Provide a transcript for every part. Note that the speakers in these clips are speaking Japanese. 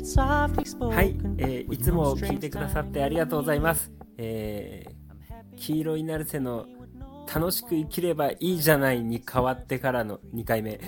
はい、いつも聞いてくださってありがとうございます。黄色いナルセの楽しく生きればいいじゃないに変わってからの2回目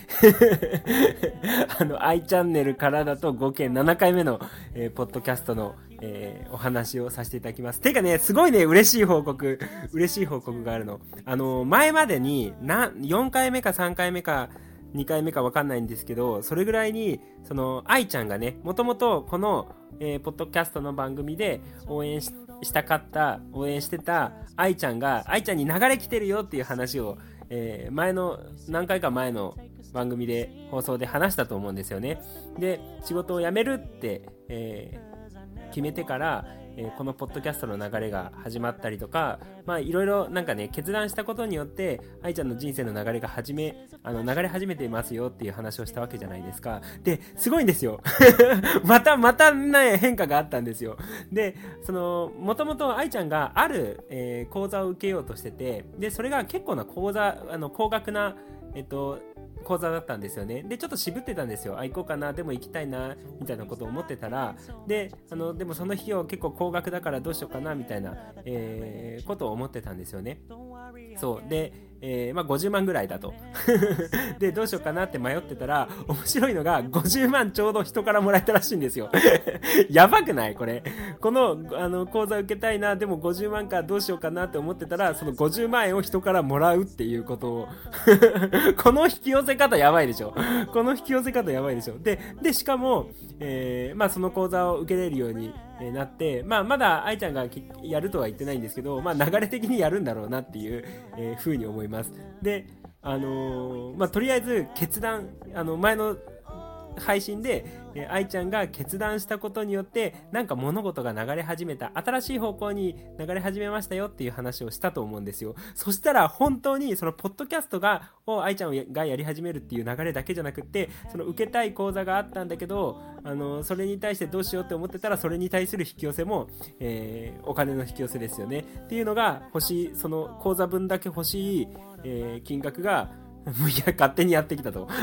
i チャンネルからだと合計7回目の、ポッドキャストの、お話をさせていただきます。てかね、すごいね、嬉しい報告があるの。前までに4回目か3回目か2回目か分かんないんですけど、それぐらいにその愛ちゃんがね、もともとこの、ポッドキャストの番組で応援してた愛ちゃんに流れ来てるよっていう話を、何回か前の番組で放送で話したと思うんですよね。で、仕事を辞めるって、決めてから、このポッドキャストの流れが始まったりとか、いろいろなんかね、決断したことによって愛ちゃんの人生の流れが流れ始めていますよっていう話をしたわけじゃないですか。ですごいんですよまたね、変化があったんですよ。で、もともと愛ちゃんがある、講座を受けようとしてて、でそれが結構な高額な講座だったんですよね。でちょっと渋ってたんですよ。行こうかな、でも行きたいなみたいなことを思ってたら、でもその費用結構高額だからどうしようかなみたいな、ことを思ってたんですよね。そうで、50万ぐらいだとでどうしようかなって迷ってたら、面白いのが50万ちょうど人からもらえたらしいんですよやばくない？この講座受けたいな、でも50万かどうしようかなって思ってたら、その50万円を人からもらうっていうことをこの引き寄せ方やばいでしょでしかも、その講座を受けれるようになって、まだ愛ちゃんがやるとは言ってないんですけど、流れ的にやるんだろうなっていう風に思います。で、とりあえず決断、前の配信で愛ちゃんが決断したことによってなんか物事が流れ始めた、新しい方向に流れ始めましたよっていう話をしたと思うんですよ。そしたら本当にそのポッドキャストを愛ちゃんがやり始めるっていう流れだけじゃなくって、その受けたい講座があったんだけど、それに対してどうしようって思ってたら、それに対する引き寄せも、お金の引き寄せですよねっていうのがその講座分だけ欲しい、金額が勝手にやってきたと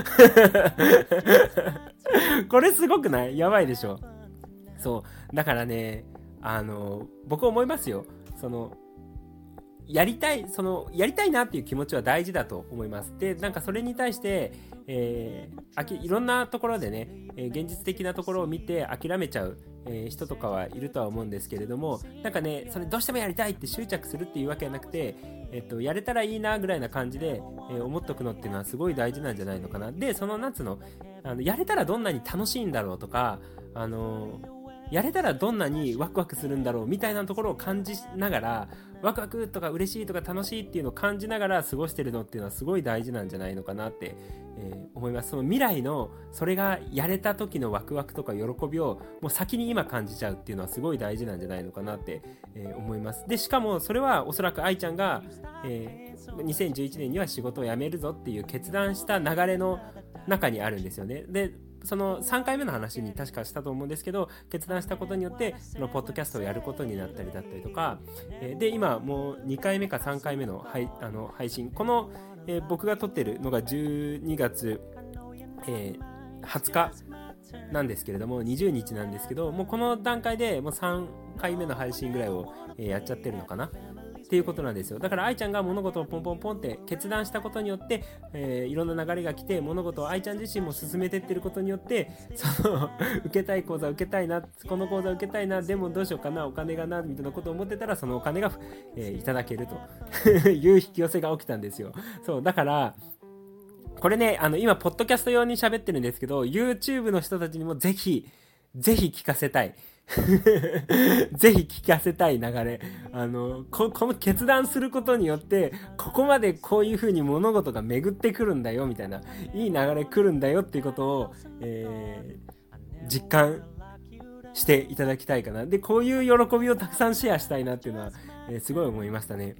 これすごくない？やばいでしょ。そうだからね、僕思いますよ。やりたいなっていう気持ちは大事だと思います。で、なんかそれに対して、いろんなところでね、現実的なところを見て諦めちゃう、人とかはいるとは思うんですけれども、なんかね、それどうしてもやりたいって執着するっていうわけじゃなくて、やれたらいいなぐらいな感じで、思っとくのっていうのはすごい大事なんじゃないのかな。で、やれたらどんなに楽しいんだろうとか、やれたらどんなにワクワクするんだろうみたいなところを感じながら、ワクワクとか嬉しいとか楽しいっていうのを感じながら過ごしてるのっていうのはすごい大事なんじゃないのかなって、思います。その未来のそれがやれた時のワクワクとか喜びをもう先に今感じちゃうっていうのはすごい大事なんじゃないのかなって、思います。でしかもそれはおそらく愛ちゃんが、2011年には仕事を辞めるぞっていう決断した流れの中にあるんですよね。でその3回目の話に確かしたと思うんですけど、決断したことによってそのポッドキャストをやることになったりだったりとか、で今もう2回目か3回目の配信、この、僕が撮ってるのが12月、20日なんですけれども、20日なんですけど、もうこの段階でもう3回目の配信ぐらいを、やっちゃってるのかなっていうことなんですよ。だから愛ちゃんが物事をポンポンポンって決断したことによって、いろんな流れが来て、物事を愛ちゃん自身も進めてってることによって、受けたい講座受けたいな、この講座受けたいな、でもどうしようかな、お金がなみたいなことを思ってたら、そのお金が、いただけるという引き寄せが起きたんですよ。そうだからこれね、今ポッドキャスト用に喋ってるんですけど、 YouTube の人たちにもぜひ聞かせたいぜひ聞かせたい流れ。この決断することによって、ここまでこういう風に物事が巡ってくるんだよみたいな、いい流れ来るんだよっていうことを、実感していただきたいかな。で、こういう喜びをたくさんシェアしたいなっていうのは、すごい思いましたね。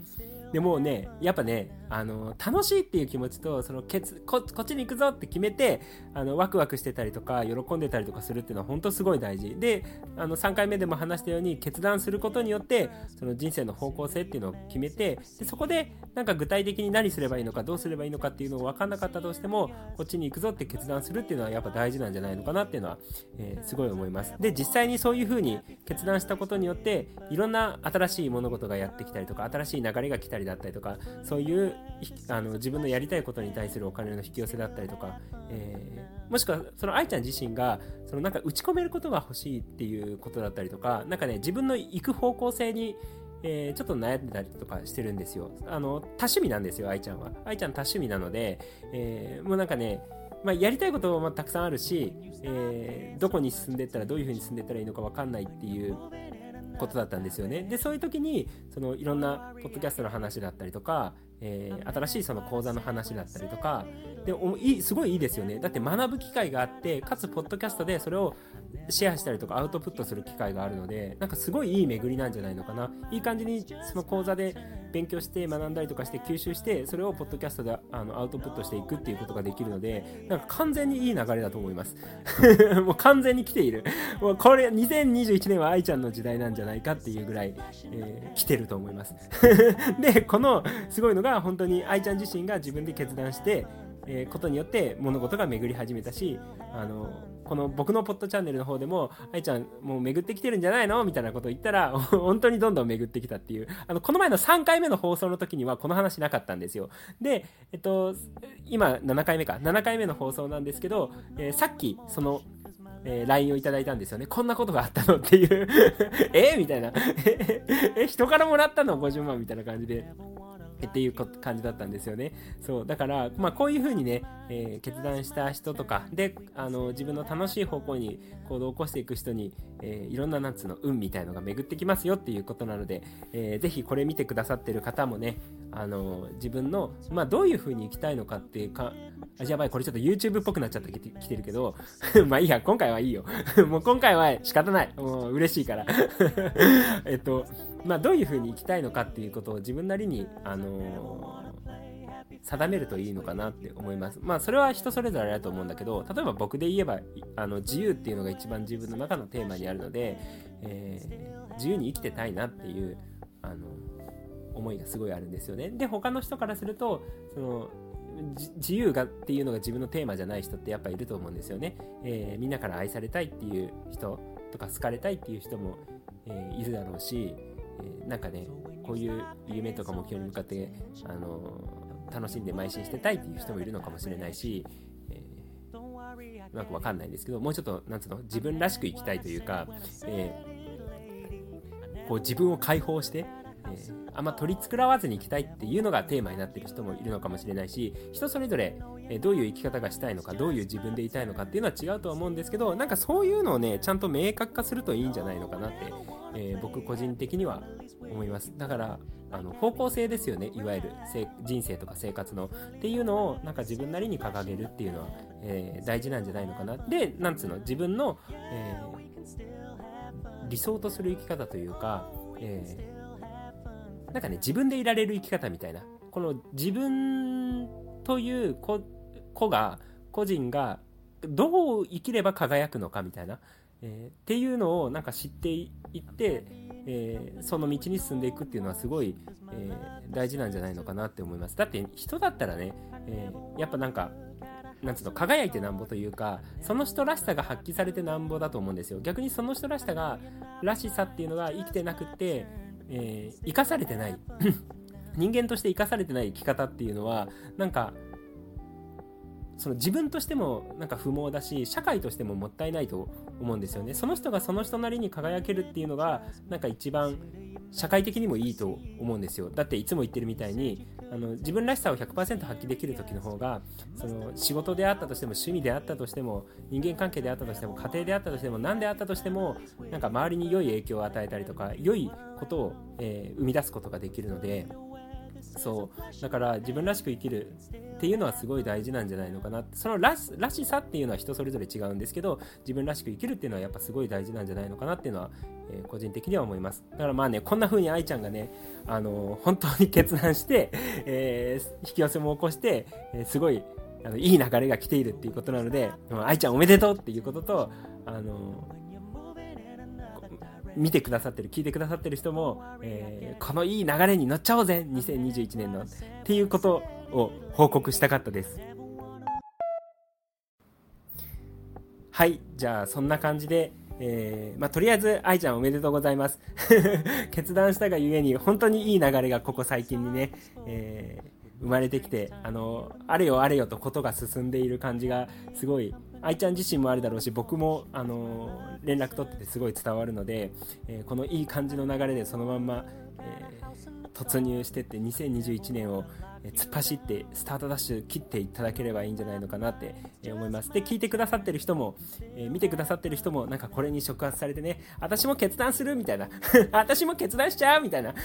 でもうね、やっぱね、楽しいっていう気持ちと、そのこっちに行くぞって決めて、ワクワクしてたりとか、喜んでたりとかするっていうのは本当すごい大事。で、3回目でも話したように、決断することによって、その人生の方向性っていうのを決めて、でそこで、なんか具体的に何すればいいのか、どうすればいいのかっていうのを分かんなかったとしても、こっちに行くぞって決断するっていうのはやっぱ大事なんじゃないのかなっていうのは、すごい思います。で、実際にそういう風に決断したことによって、いろんな新しい物事がやってきたりとか、新しい流れが来たりだったりとか、そういう自分のやりたいことに対するお金の引き寄せだったりとか、もしくはその愛ちゃん自身がそのなんか打ち込めることが欲しいっていうことだったりとか、なんかね、自分の行く方向性にちょっと悩んでたりとかしてるんですよ。多趣味なんですよ、愛ちゃんは。愛ちゃん多趣味なので、もうなんかね、やりたいこともたくさんあるし、どこに進んでいったらどういう風に進んでいったらいいのか分かんないっていうことだったんですよね。で、そういう時にそのいろんなポッドキャストの話だったりとか、新しいその講座の話だったりとかですごいいいですよね。だって学ぶ機会があって、かつポッドキャストでそれをシェアしたりとかアウトプットする機会があるので、なんかすごいいい巡りなんじゃないのかな。いい感じにその講座で勉強して学んだりとかして吸収して、それをポッドキャストでアウトプットしていくっていうことができるので、なんか完全にいい流れだと思いますもう完全に来ている。もうこれ2021年は愛ちゃんの時代なんじゃないかっていうぐらい、来てると思いますで、このすごいのが本当に愛ちゃん自身が自分で決断してことによって物事が巡り始めたし、この僕のポッドチャンネルの方でも愛ちゃんもう巡ってきてるんじゃないのみたいなことを言ったら本当にどんどん巡ってきたっていう、この前の3回目の放送の時にはこの話なかったんですよ。で、今7回目の放送なんですけど、さっきそのLINE をいただいたんですよね。こんなことがあったのっていうみたいな人からもらったの50万みたいな感じでっていう感じだったんですよね。そうだから、こういう風にね、決断した人とかで自分の楽しい方向に行動を起こしていく人に、いろんな運みたいのが巡ってきますよっていうことなので、ぜひこれ見てくださってる方もね、自分の、どういう風に生きたいのかっていうか、やばい、これちょっと YouTube っぽくなっちゃってきてるけどいいや、今回はいいよもう今回は仕方ない、もう嬉しいからどういう風に生きたいのかっていうことを自分なりに定めるといいのかなって思います。それは人それぞれだと思うんだけど、例えば僕で言えば自由っていうのが一番自分の中のテーマにあるので、自由に生きてたいなっていう思いがすごいあるんですよね。で、他の人からするとその自由がっていうのが自分のテーマじゃない人ってやっぱいると思うんですよね。みんなから愛されたいっていう人とか好かれたいっていう人も、いるだろうし、なんかね、こういう夢とか目標に向かって楽しんで邁進してたいっていう人もいるのかもしれないし、なんかわかんないんですけど、もうちょっと自分らしく生きたいというか、こう自分を解放してあんま取り繕わずに生きたいっていうのがテーマになっている人もいるのかもしれないし、人それぞれどういう生き方がしたいのか、どういう自分でいたいのかっていうのは違うとは思うんですけど、なんかそういうのをね、ちゃんと明確化するといいんじゃないのかなって、僕個人的には思います。だから方向性ですよね、いわゆる人生とか生活のっていうのをなんか自分なりに掲げるっていうのは、大事なんじゃないのかな。で、自分の、理想とする生き方というか、なんかね、自分でいられる生き方みたいな、この自分という個人がどう生きれば輝くのかみたいな、っていうのをなんか知っていって、その道に進んでいくっていうのはすごい、大事なんじゃないのかなって思います。だって人だったらね、やっぱなんか輝いてなんぼというか、その人らしさが発揮されてなんぼだと思うんですよ。逆にその人らしさっていうのが生きてなくって生かされてない人間として生かされてない生き方っていうのは、なんかその自分としてもなんか不毛だし、社会としてももったいないと思うんですよね。その人がその人なりに輝けるっていうのがなんか一番社会的にもいいと思うんですよ。だっていつも言ってるみたいに自分らしさを 100% 発揮できる時の方が、その仕事であったとしても趣味であったとしても人間関係であったとしても家庭であったとしても何であったとしても、なんか周りに良い影響を与えたりとか良いことを、生み出すことができるので、 そうだから自分らしく生きるっていうのはすごい大事なんじゃないのかな。そのらしさっていうのは人それぞれ違うんですけど、自分らしく生きるっていうのはやっぱすごい大事なんじゃないのかなっていうのは、個人的には思います。だからまあね、こんな風に愛ちゃんがね、本当に決断して、引き寄せも起こして、すごいいい流れが来ているっていうことなので、愛ちゃんおめでとうっていうことと、見てくださってる、聞いてくださってる人も、このいい流れに乗っちゃおうぜ2021年のっていうことを報告したかったです。はい、じゃあそんな感じで、とりあえず愛ちゃんおめでとうございます決断したがゆえに本当にいい流れがここ最近にね、生まれてきて、あれよあれよとことが進んでいる感じがすごい愛ちゃん自身もあるだろうし、僕も、連絡取っててすごい伝わるので、このいい感じの流れでそのまんま、突入してって2021年を突っ走ってスタートダッシュ切っていただければいいんじゃないのかなって思います。で、聞いてくださってる人も、見てくださってる人もなんかこれに触発されてね、私も決断するみたいな私も決断しちゃうみたいな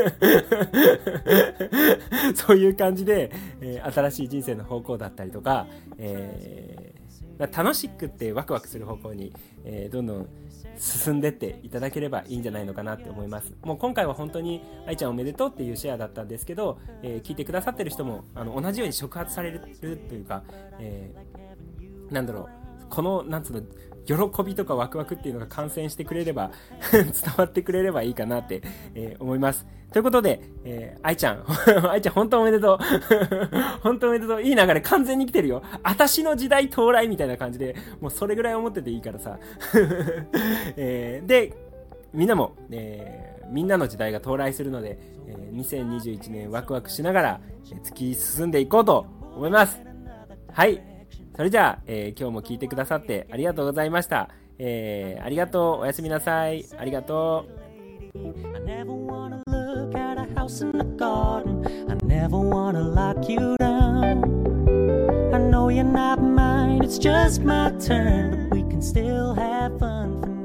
そういう感じで、新しい人生の方向だったりとか、楽しくってワクワクする方向に、どんどん進んでっていただければいいんじゃないのかなって思います。もう今回は本当に愛ちゃんおめでとうっていうシェアだったんですけど、聞いてくださってる人も同じように触発されるというか、なんだろう、このなんつうの喜びとかワクワクっていうのが感染してくれれば伝わってくれればいいかなって、思います。ということで、愛ちゃん愛ちゃん本当おめでとう本当おめでとう。いい流れ完全に来てるよ。私の時代到来みたいな感じで、もうそれぐらい思ってていいからさでみんなも、みんなの時代が到来するので、2021年ワクワクしながら、突き進んでいこうと思います。はい、それじゃあ、今日も聞いてくださってありがとうございました。ありがとう。おやすみなさい。ありがとう。I never wanna look at a house in the garden. I never wanna lock you down. I know you're not mine, it's just my turn, but we can still have fun for now.